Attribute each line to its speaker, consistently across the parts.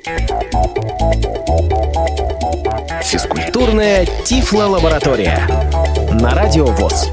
Speaker 1: Физкультурная Тифло-лаборатория на Радио ВОС.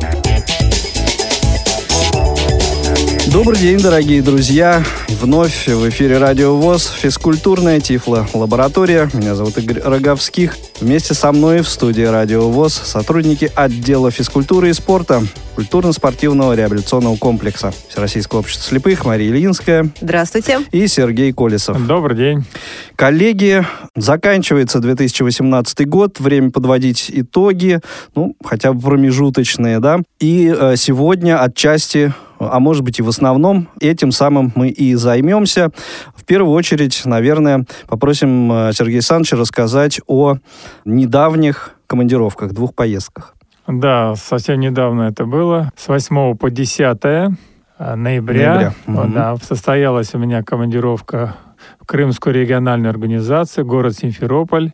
Speaker 2: Добрый день, дорогие друзья! Вновь в эфире Радио ВОС, физкультурная Тифло-лаборатория. Меня зовут Игорь Роговских. Вместе со мной в студии Радио ВОС сотрудники отдела физкультуры и спорта культурно-спортивного реабилитационного комплекса Всероссийского общества слепых Мария Ильинская.
Speaker 3: Здравствуйте.
Speaker 2: И Сергей Колесов.
Speaker 4: Добрый день.
Speaker 2: Коллеги, заканчивается 2018 год, время подводить итоги, хотя бы промежуточные, да. И сегодня отчасти, а может быть и в основном, этим самым мы и займемся. В первую очередь, наверное, попросим Сергея Александровича рассказать о недавних командировках, 2 поездках.
Speaker 4: Да, совсем недавно это было. С 8 по 10 ноября. Да, состоялась у меня командировка в Крымскую региональную организацию, город Симферополь,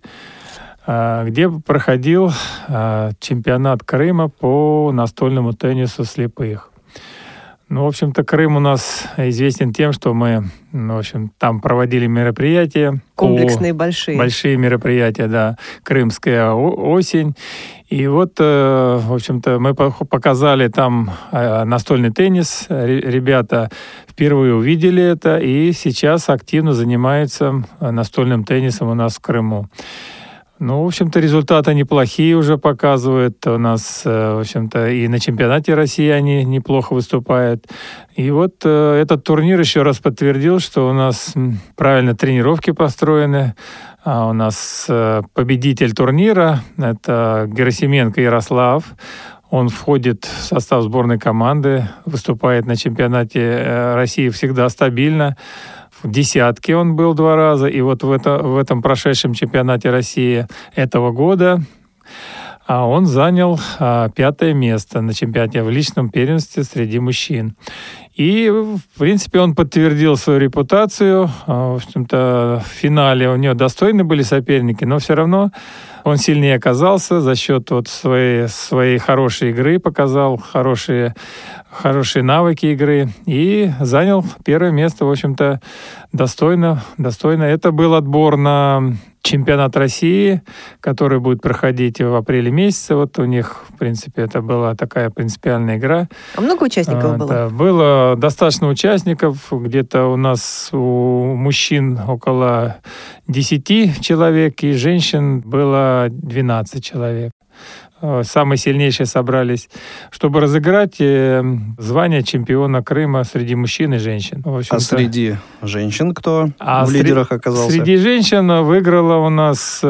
Speaker 4: где проходил чемпионат Крыма по настольному теннису слепых. В общем-то, Крым у нас известен тем, что мы, там проводили мероприятия.
Speaker 3: Комплексные, большие.
Speaker 4: Большие мероприятия, да. Крымская осень. И в общем-то, мы показали там настольный теннис. Ребята впервые увидели это и сейчас активно занимаются настольным теннисом у нас в Крыму. В общем-то, результаты неплохие уже показывают. У нас, в общем-то, и на чемпионате России они неплохо выступают. И этот турнир еще раз подтвердил, что у нас правильно тренировки построены. У нас победитель турнира — это Герасименко Ярослав. Он входит в состав сборной команды, выступает на чемпионате России всегда стабильно. В десятке он был 2 раза, и в этом прошедшем чемпионате России этого года он занял 5-е место на чемпионате в личном первенстве среди мужчин. И, в принципе, он подтвердил свою репутацию. В общем-то, в финале у него достойны были соперники, но все равно он сильнее оказался за счет своей хорошей игры, показал хорошие навыки игры и занял 1-е место, в общем-то, достойно. Это был отбор на чемпионат России, который будет проходить в апреле месяце. У них, в принципе, это была такая принципиальная игра.
Speaker 3: А много участников было?
Speaker 4: Да, было достаточно участников. Где-то у нас у мужчин около 10 человек, и женщин было 12 человек. Самые сильнейшие собрались, чтобы разыграть звание чемпиона Крыма среди мужчин и женщин.
Speaker 2: А среди женщин кто в лидерах оказался?
Speaker 4: Среди женщин выиграла у нас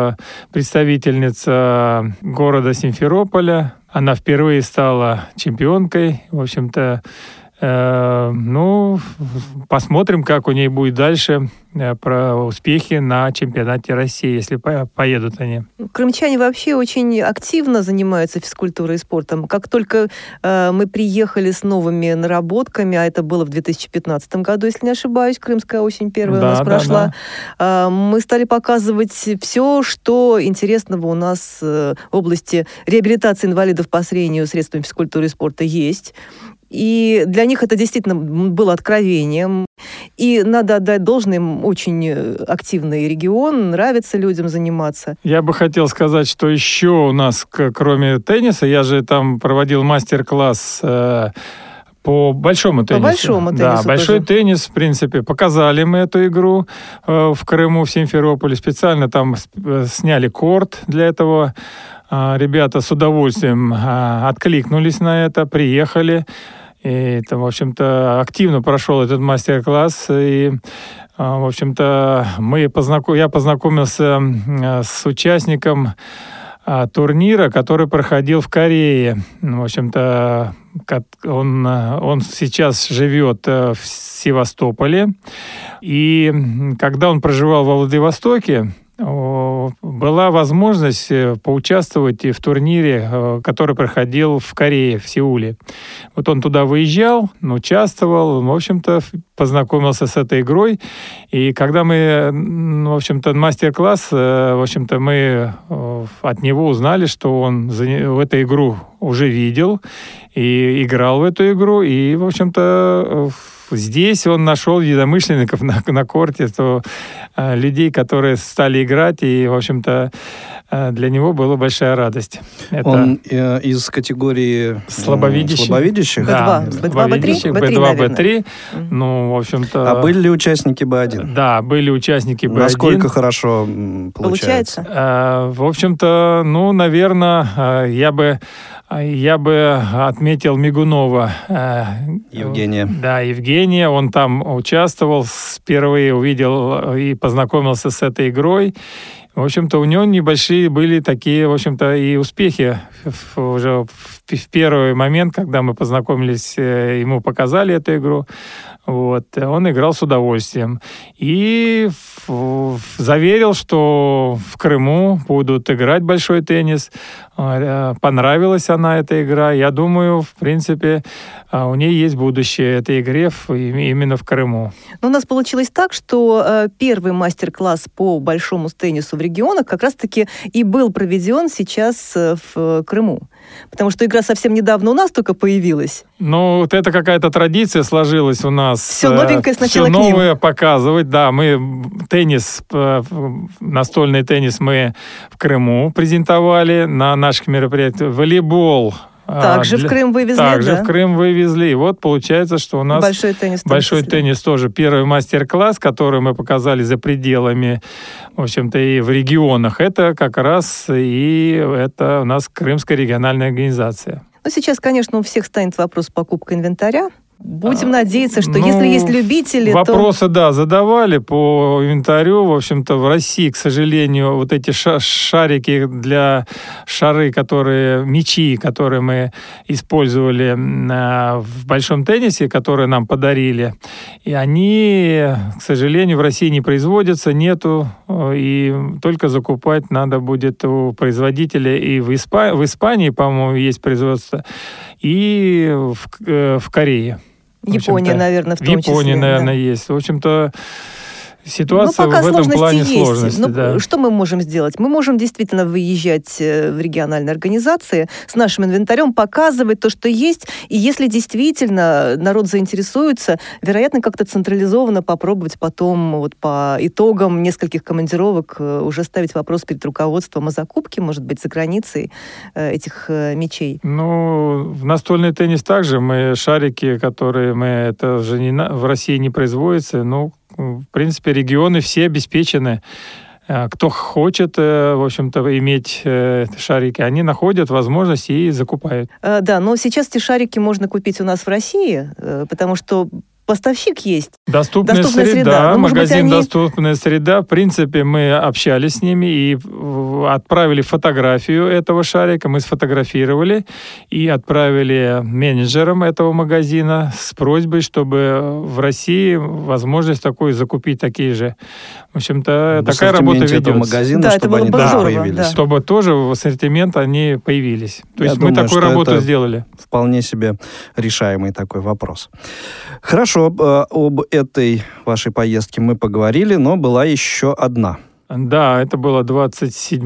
Speaker 4: представительница города Симферополя. Она впервые стала чемпионкой. В общем-то, посмотрим, как у ней будет дальше про успехи на чемпионате России, если поедут они.
Speaker 3: Крымчане вообще очень активно занимаются физкультурой и спортом. Как только мы приехали с новыми наработками, а это было в 2015 году, если не ошибаюсь, Крымская осень первая у нас прошла, мы стали показывать все, что интересного у нас в области реабилитации инвалидов по зрению средствами физкультуры и спорта есть. И для них это действительно было откровением. И надо отдать должное, им очень активный регион, нравится людям заниматься.
Speaker 4: Я бы хотел сказать, что еще у нас, кроме тенниса, я же там проводил мастер-класс по большому теннису.
Speaker 3: По большому теннису.
Speaker 4: Да, большой теннис, в принципе. Показали мы эту игру в Крыму, в Симферополе. Специально там сняли корт для этого. Ребята с удовольствием откликнулись на это, приехали. И, в общем-то, активно прошел этот мастер-класс. И, в общем-то, я познакомился с участником турнира, который проходил в Корее. В общем-то, он сейчас живет в Севастополе. И когда он проживал во Владивостоке, была возможность поучаствовать в турнире, который проходил в Корее, в Сеуле. Он туда выезжал, участвовал, в общем-то, познакомился с этой игрой. И когда мы, в общем-то, мастер-класс, в общем-то, мы от него узнали, что он в эту игру уже видел и играл в эту игру. И, в общем-то, здесь он нашел единомышленников на корте, то людей, которые стали играть, и, в общем-то, для него была большая радость.
Speaker 2: Он из категории слабовидящих?
Speaker 4: Да, слабовидящих, B2, B3. Ну, в общем-то...
Speaker 2: А были ли участники B1?
Speaker 4: Да, были участники B1.
Speaker 2: Насколько хорошо получается?
Speaker 4: В общем-то, ну, наверное, я бы отметил Мигунова.
Speaker 2: Евгения.
Speaker 4: Да, Евгения. Он там участвовал, впервые увидел и познакомился с этой игрой. В общем-то, у него небольшие были такие, в общем-то, и успехи. Уже в первый момент, когда мы познакомились, ему показали эту игру. Вот. Он играл с удовольствием. И заверил, что в Крыму будут играть большой теннис. Понравилась она, эта игра. Я думаю, в принципе, у нее есть будущее этой игре именно в Крыму.
Speaker 3: Но у нас получилось так, что первый мастер-класс по большому теннису в регионах как раз-таки и был проведен сейчас в Крыму. Потому что игра совсем недавно у нас только появилась.
Speaker 4: Ну, вот это какая-то традиция сложилась у нас.
Speaker 3: Все новенькое сначала
Speaker 4: все новое показывать. Да, мы теннис, настольный теннис мы в Крыму презентовали на наших мероприятиях. Волейбол.
Speaker 3: Также в Крым вывезли,
Speaker 4: Также в Крым вывезли. И вот получается, что у нас большой теннис тоже. Первый мастер-класс, который мы показали за пределами, в общем-то, и в регионах, это как раз и это у нас Крымская региональная организация.
Speaker 3: Ну, сейчас, конечно, у всех станет вопрос покупки инвентаря. Будем надеяться, что если есть любители,
Speaker 4: вопросы, да, задавали по инвентарю. В общем-то, в России, к сожалению, вот эти шарики мячи, которые мы использовали в большом теннисе, которые нам подарили, и они, к сожалению, в России не производятся, нету, и только закупать надо будет у производителя. И в Испании, по-моему, есть производство, и в Корее.
Speaker 3: Япония, наверное, в том числе.
Speaker 4: Япония, наверное, есть. В общем-то, ситуация в этом плане сложности.
Speaker 3: Да. Что мы можем сделать? Мы можем действительно выезжать в региональные организации с нашим инвентарем, показывать то, что есть. И если действительно народ заинтересуется, вероятно, как-то централизованно попробовать потом вот по итогам нескольких командировок уже ставить вопрос перед руководством о закупке, может быть, за границей этих мячей.
Speaker 4: Ну, в настольный теннис также мы шарики, которые это же в России не производится, в принципе, регионы все обеспечены. Кто хочет, в общем-то, иметь шарики, они находят возможность и закупают.
Speaker 3: Да, но сейчас эти шарики можно купить у нас в России, потому что поставщик есть.
Speaker 4: Доступная среда. Магазин «Доступная среда». В принципе, мы общались с ними и отправили фотографию этого шарика. Мы сфотографировали и отправили менеджерам этого магазина с просьбой, чтобы в России возможность такой закупить такие же. В общем-то, такая работа ведется.
Speaker 2: Магазина,
Speaker 3: да,
Speaker 2: чтобы они
Speaker 3: здорово,
Speaker 2: появились.
Speaker 3: Да.
Speaker 4: Чтобы тоже в ассортимент они появились. То есть мы такую работу сделали.
Speaker 2: Вполне себе решаемый такой вопрос. Хорошо, об этой вашей поездке мы поговорили, но была еще одна.
Speaker 4: Да, это было 27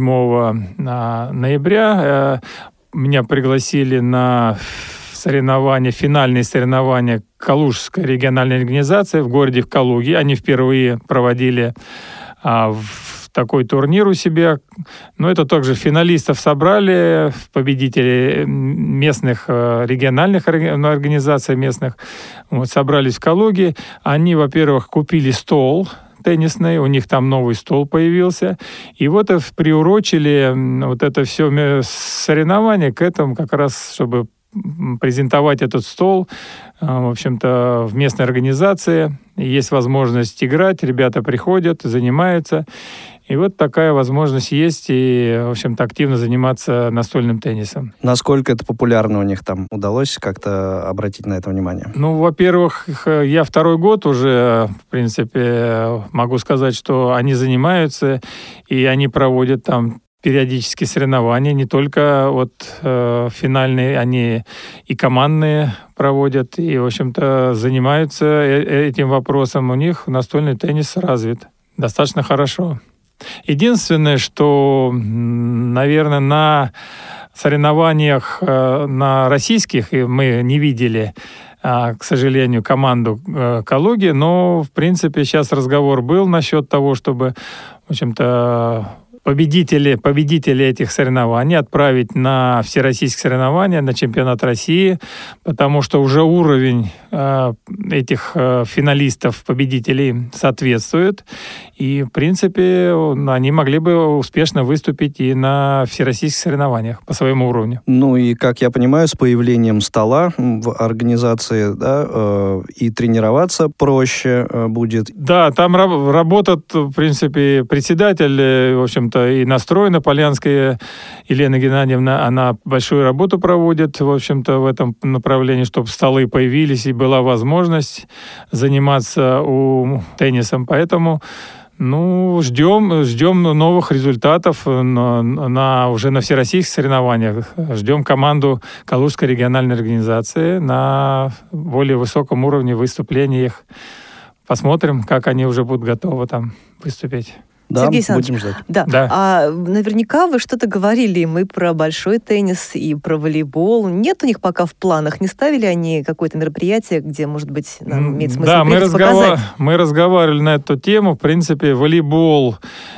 Speaker 4: ноября. Меня пригласили на финальные соревнования Калужской региональной организации в городе Калуге. Они впервые проводили такой турнир у себя. Но это также финалистов собрали, победителей местных региональных организаций местных. Собрались в Калуге. Они, во-первых, купили стол теннисный, у них там новый стол появился. И вот приурочили вот это все соревнование к этому как раз, чтобы презентовать этот стол, в общем-то, в местной организации. Есть возможность играть, ребята приходят, занимаются. И вот такая возможность есть, и, в общем-то, активно заниматься настольным теннисом.
Speaker 2: Насколько это популярно у них там? Удалось как-то обратить на это внимание?
Speaker 4: Ну, во-первых, я второй год уже, в принципе, могу сказать, что они занимаются, и они проводят там периодические соревнования, не только финальные, они и командные проводят, и, в общем-то, занимаются этим вопросом. У них настольный теннис развит достаточно хорошо. Единственное, что, наверное, на соревнованиях на российских мы не видели к сожалению, команду Калуги. Но, в принципе, сейчас разговор был насчет того, чтобы, в общем-то, победители этих соревнований отправить на всероссийские соревнования, на чемпионат России, потому что уже уровень этих финалистов, победителей соответствует. И, в принципе, они могли бы успешно выступить и на всероссийских соревнованиях по своему уровню.
Speaker 2: Ну и, как я понимаю, с появлением стола в организации, да, и тренироваться проще будет.
Speaker 4: Да, там работает, в принципе, председатель, в общем-то, и настроена Полянская Елена Геннадьевна, она большую работу проводит, в общем-то, в этом направлении, чтобы столы появились и была возможность заниматься теннисом. Поэтому ждем новых результатов уже на всероссийских соревнованиях. Ждем команду Калужской региональной организации на более высоком уровне выступления их. Посмотрим, как они уже будут готовы там выступить.
Speaker 2: Да,
Speaker 3: Сергей Александрович,
Speaker 2: будем ждать.
Speaker 3: Да. А наверняка вы что-то говорили им и про большой теннис, и про волейбол. Нет у них пока в планах? Не ставили они какое-то мероприятие, где, может быть, нам имеет смысл показать?
Speaker 4: Мы разговаривали на эту тему. В принципе, волейбол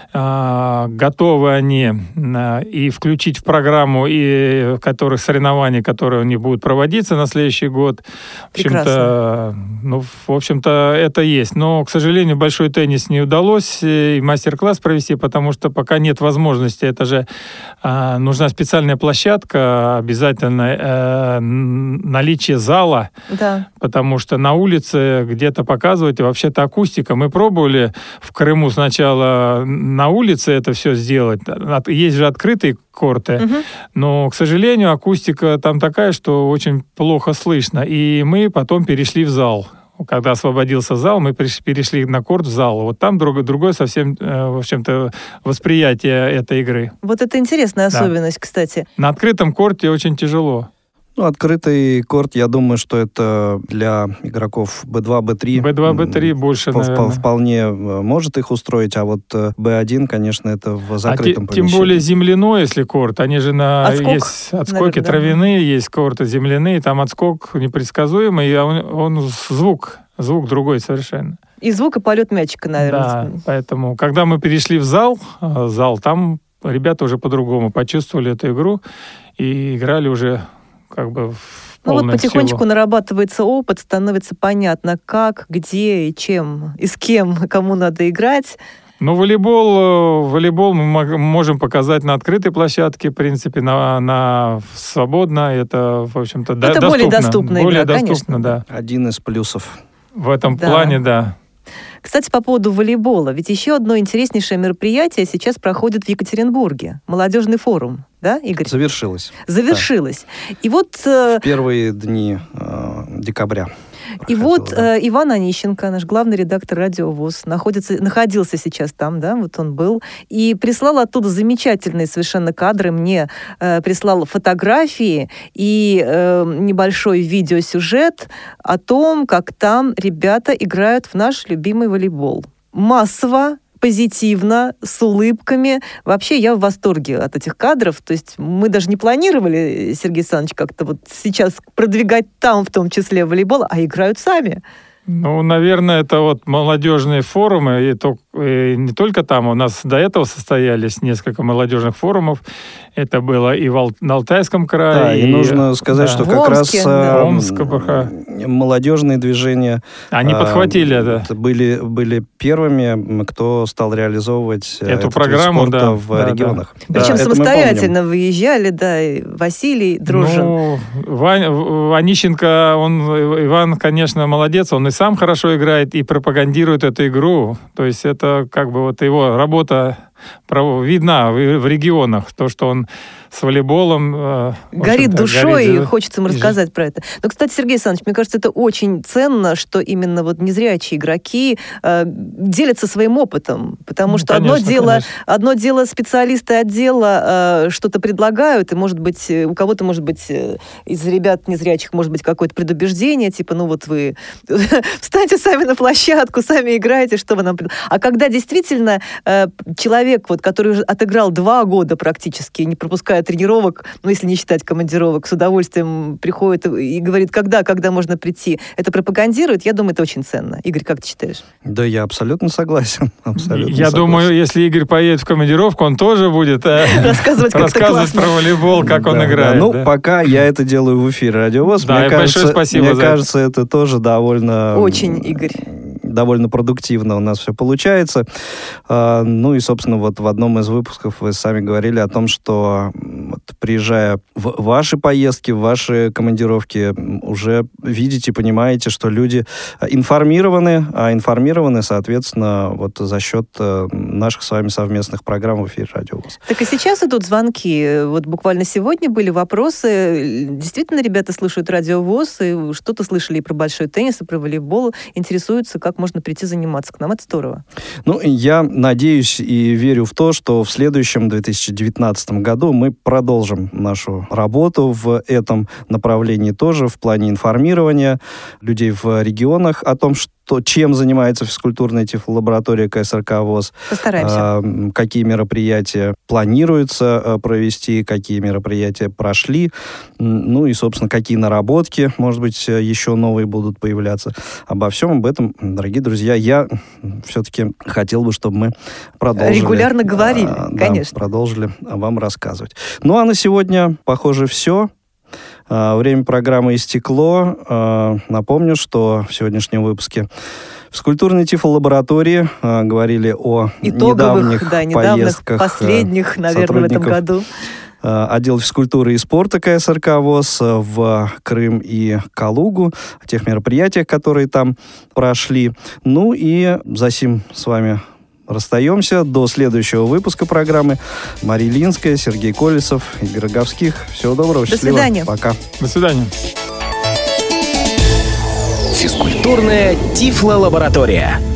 Speaker 4: готовы они и включить в программу и которых соревнований, которые у них будут проводиться на следующий год.
Speaker 3: Прекрасно.
Speaker 4: В общем-то, это есть. Но, к сожалению, большой теннис не удалось и мастер-класс провести, потому что пока нет возможности. Это же нужна специальная площадка, обязательно наличие зала,
Speaker 3: да.
Speaker 4: Потому что на улице где-то показывать, вообще-то акустика. Мы пробовали в Крыму сначала на улице это все сделать. Есть же открытые корты, но, к сожалению, акустика там такая, что очень плохо слышно. И мы потом перешли в зал. Когда освободился зал, мы перешли на корт в зал. Вот там другое совсем, в общем-то, восприятие этой игры.
Speaker 3: Вот это интересная особенность, кстати.
Speaker 4: На открытом корте очень тяжело.
Speaker 2: Открытый корт, я думаю, что это для игроков B2, B3.
Speaker 4: B2, B3 больше, наверное.
Speaker 2: Вполне может их устроить, а вот B1, конечно, это в закрытом помещении.
Speaker 4: Тем более земляной, если корт. Они же есть отскоки, наверное, травяные, есть корты земляные, там отскок непредсказуемый, и он звук другой совершенно.
Speaker 3: И звук, и полет мячика, наверное.
Speaker 4: Да, поэтому, когда мы перешли в зал, там ребята уже по-другому почувствовали эту игру и играли уже как бы в полную
Speaker 3: потихонечку
Speaker 4: силу.
Speaker 3: Нарабатывается опыт, становится понятно, как, где и чем, и с кем, кому надо играть.
Speaker 4: Волейбол мы можем показать на открытой площадке, в принципе, на свободно. Это, в общем-то,
Speaker 3: это доступно. Более доступная игра,
Speaker 4: более доступно,
Speaker 3: конечно.
Speaker 4: Да.
Speaker 2: Один из плюсов.
Speaker 4: В этом плане, да.
Speaker 3: Кстати, по поводу волейбола. Ведь еще одно интереснейшее мероприятие сейчас проходит в Екатеринбурге. Молодежный форум. Да, Игорь?
Speaker 2: Завершилось.
Speaker 3: Да. И вот...
Speaker 2: В первые дни декабря.
Speaker 3: И вот Иван Онищенко, наш главный редактор Радио ВОС, находился сейчас там, да, вот он был, и прислал оттуда замечательные совершенно кадры мне, прислал фотографии и небольшой видеосюжет о том, как там ребята играют в наш любимый волейбол. Массово, позитивно, с улыбками. Вообще, я в восторге от этих кадров. То есть мы даже не планировали, Сергей Александрович, как-то вот сейчас продвигать там, в том числе, волейбол, а играют сами.
Speaker 4: Наверное, это вот молодежные форумы, и не только там. У нас до этого состоялись несколько молодежных форумов. Это было и на Алтайском крае.
Speaker 2: Да, и нужно сказать, что как раз
Speaker 4: Омск,
Speaker 2: молодежные движения
Speaker 4: они подхватили это.
Speaker 2: Были первыми, кто стал реализовывать
Speaker 4: эту программу
Speaker 2: в регионах.
Speaker 3: Да. Причем самостоятельно выезжали, да, и Василий Дружин.
Speaker 4: Онищенко, Иван, конечно, молодец, он и сам хорошо играет и пропагандирует эту игру. То есть это как бы вот его работа видна в регионах. То, что он с волейболом...
Speaker 3: Горит душой, и хочется ему рассказать про это. Но, кстати, Сергей Александрович, мне кажется, это очень ценно, что именно вот незрячие игроки делятся своим опытом. Потому что одно дело специалисты отдела что-то предлагают, и, может быть, у кого-то, может быть, из ребят незрячих, может быть, какое-то предубеждение, типа, вот вы встаньте сами на площадку, сами играете, что вы нам... А когда действительно человек человек, вот, который уже отыграл 2 года практически, не пропуская тренировок, ну, если не считать командировок, с удовольствием приходит и говорит, когда можно прийти, это пропагандирует, я думаю, это очень ценно. Игорь, как ты считаешь?
Speaker 2: Да, я абсолютно согласен.
Speaker 4: Я думаю, если Игорь поедет в командировку, он тоже будет рассказывать про волейбол, как он играет.
Speaker 2: Ну, пока я это делаю в эфире Радио ВОС,
Speaker 4: мне
Speaker 2: кажется, это тоже довольно...
Speaker 3: Очень, Игорь.
Speaker 2: Довольно продуктивно у нас все получается. Ну и, собственно, вот в одном из выпусков вы сами говорили о том, что вот, приезжая в ваши поездки, в ваши командировки, уже видите, понимаете, что люди информированы, а информированы, соответственно, вот за счет наших с вами совместных программ в эфире Радио ВОС.
Speaker 3: Так и сейчас идут звонки. Вот буквально сегодня были вопросы. Действительно, ребята слушают Радио ВОС, и что-то слышали и про большой теннис, и про волейбол, интересуются, как можно прийти заниматься к нам. Это здорово.
Speaker 2: Ну, я надеюсь и верю в то, что в следующем 2019 году мы продолжим нашу работу в этом направлении тоже, в плане информирования людей в регионах о том, чем занимается физкультурная тифлолаборатория КСРК ВОС.
Speaker 3: Постараемся.
Speaker 2: Какие мероприятия планируется провести, какие мероприятия прошли, ну и, собственно, какие наработки, может быть, еще новые будут появляться. Обо всем об этом, дорогие друзья, я все-таки хотел бы, чтобы мы продолжили.
Speaker 3: Регулярно говорили, конечно.
Speaker 2: Продолжили вам рассказывать. Ну, а на сегодня, похоже, все. Время программы истекло. Напомню, что в сегодняшнем выпуске в физкультурной тифлолаборатории говорили о недавних поездках
Speaker 3: последних, наверное, в этом году.
Speaker 2: Отдел физкультуры и спорта КСРК ВОС в Крым и Калугу, о тех мероприятиях, которые там прошли. Ну и за сим с вами расстаемся. До следующего выпуска программы. Мария Ильинская, Сергей Колесов, Игорь Роговских. Всего доброго, счастливо.
Speaker 3: До свидания.
Speaker 2: Пока.
Speaker 4: До свидания.
Speaker 1: Физкультурная тифлолаборатория.